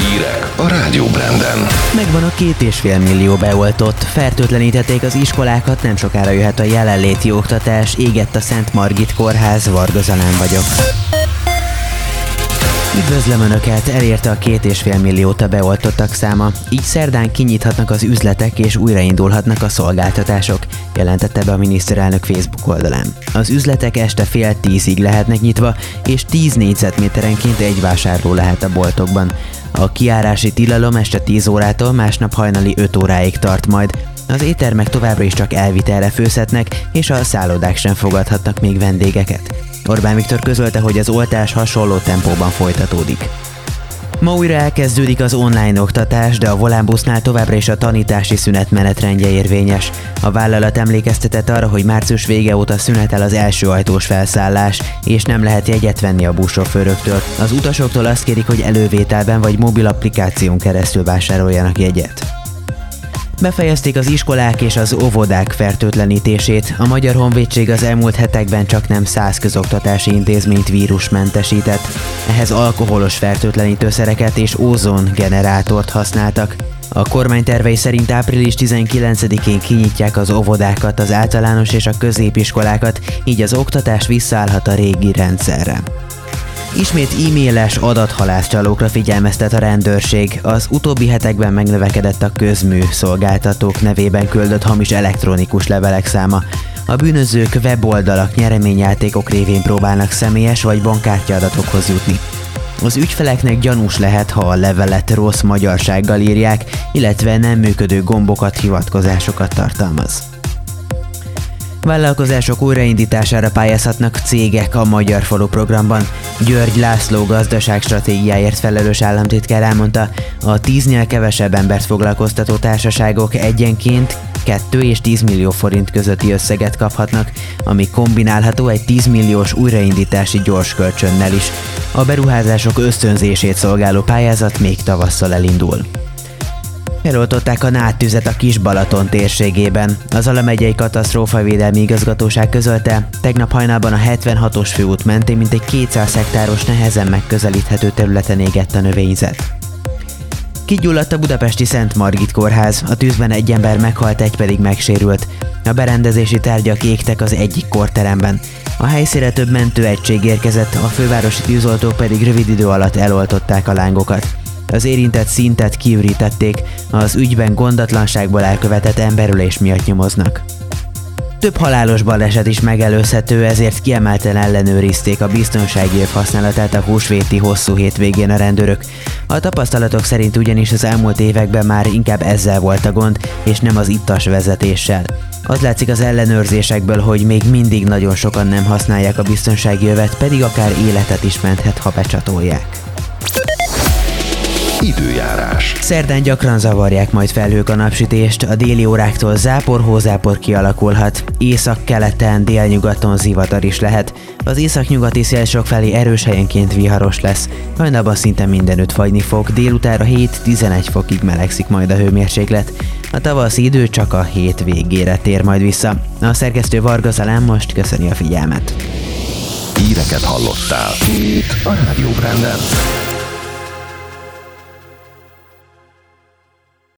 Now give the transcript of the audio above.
Hírek a Rádió Branden. Megvan a 2,5 millió beoltott. Fertőtlenítették az iskolákat, nem sokára jöhet a jelenléti oktatás. Égett a Szent Margit Kórház, Varga Zalán vagyok. Üdvözlöm Önöket, elérte a 2,5 milliót a beoltottak száma, így szerdán kinyithatnak az üzletek és újraindulhatnak a szolgáltatások, jelentette be a miniszterelnök Facebook oldalán. Az üzletek este fél 10-ig lehetnek nyitva, és 10 négyzetméterenként egy vásárló lehet a boltokban. A kijárási tilalom este 10 órától másnap hajnali 5 óráig tart majd. Az éttermek továbbra is csak elvitelre főzhetnek, és a szállodák sem fogadhatnak még vendégeket. Orbán Viktor közölte, hogy az oltás hasonló tempóban folytatódik. Ma újra elkezdődik az online oktatás, de a Volánbusznál továbbra is a tanítási szünet menetrendje érvényes. A vállalat emlékeztetett arra, hogy március vége óta szünetel az első ajtós felszállás, és nem lehet jegyet venni a buszsofőröktől. Az utasoktól azt kérik, hogy elővételben vagy mobil applikáción keresztül vásároljanak jegyet. Befejezték az iskolák és az óvodák fertőtlenítését. A Magyar Honvédség az elmúlt hetekben csaknem 100 közoktatási intézményt vírusmentesített. Ehhez alkoholos fertőtlenítőszereket és ózongenerátort használtak. A kormány tervei szerint április 19-én kinyitják az óvodákat, az általános és a középiskolákat, így az oktatás visszaállhat a régi rendszerre. Ismét e-mailes adathalászcsalókra figyelmeztet a rendőrség. Az utóbbi hetekben megnövekedett a közmű szolgáltatók nevében küldött hamis elektronikus levelek száma. A bűnözők weboldalak, nyereményjátékok révén próbálnak személyes vagy bankkártya adatokhoz jutni. Az ügyfeleknek gyanús lehet, ha a levelet rossz magyarsággal írják, illetve nem működő gombokat, hivatkozásokat tartalmaz. Vállalkozások újraindítására pályázhatnak cégek a Magyar Falu programban. György László gazdaságstratégiáért felelős államtitkár elmondta, a 10-nél kevesebb embert foglalkoztató társaságok egyenként 2 és 10 millió forint közötti összeget kaphatnak, ami kombinálható egy 10 milliós újraindítási gyors kölcsönnel is. A beruházások ösztönzését szolgáló pályázat még tavasszal elindul. Feloltották a nádtüzet a Kis-Balaton térségében. Az Zala megyei katasztrófavédelmi igazgatóság közölte, tegnap hajnalban a 76-os főút mentén mintegy 200 hektáros nehezen megközelíthető területen égett a növényzet. Kigyulladt a budapesti Szent Margit Kórház, a tűzben egy ember meghalt, egy pedig megsérült. A berendezési tárgyak égtek az egyik kórteremben. A helyszínre több mentőegység érkezett, a fővárosi tűzoltók pedig rövid idő alatt eloltották a lángokat. Az érintett szintet kiürítették, az ügyben gondatlanságból elkövetett emberölés miatt nyomoznak. Több halálos baleset is megelőzhető, ezért kiemelten ellenőrizték a biztonsági öv használatát a húsvéti hosszú hétvégén a rendőrök. A tapasztalatok szerint ugyanis az elmúlt években már inkább ezzel volt a gond, és nem az ittas vezetéssel. Az látszik az ellenőrzésekből, hogy még mindig nagyon sokan nem használják a biztonsági övet, pedig akár életet is menthet, ha becsatolják. Időjárás. Szerdán gyakran zavarják majd felhők a napsütést, a déli óráktól zápor-hózápor kialakulhat, északkeleten, délnyugaton zivatar is lehet. Az északnyugati szél sokfelé erős helyenként viharos lesz, hajnalban szinte mindenütt fagyni fog, délutánra 7-11 fokig melegszik majd a hőmérséklet. A tavaszi idő csak a hét végére tér majd vissza. A szerkesztő Varga Zalán most köszöni a figyelmet. Híreket hallottál itt a Rádió Branden.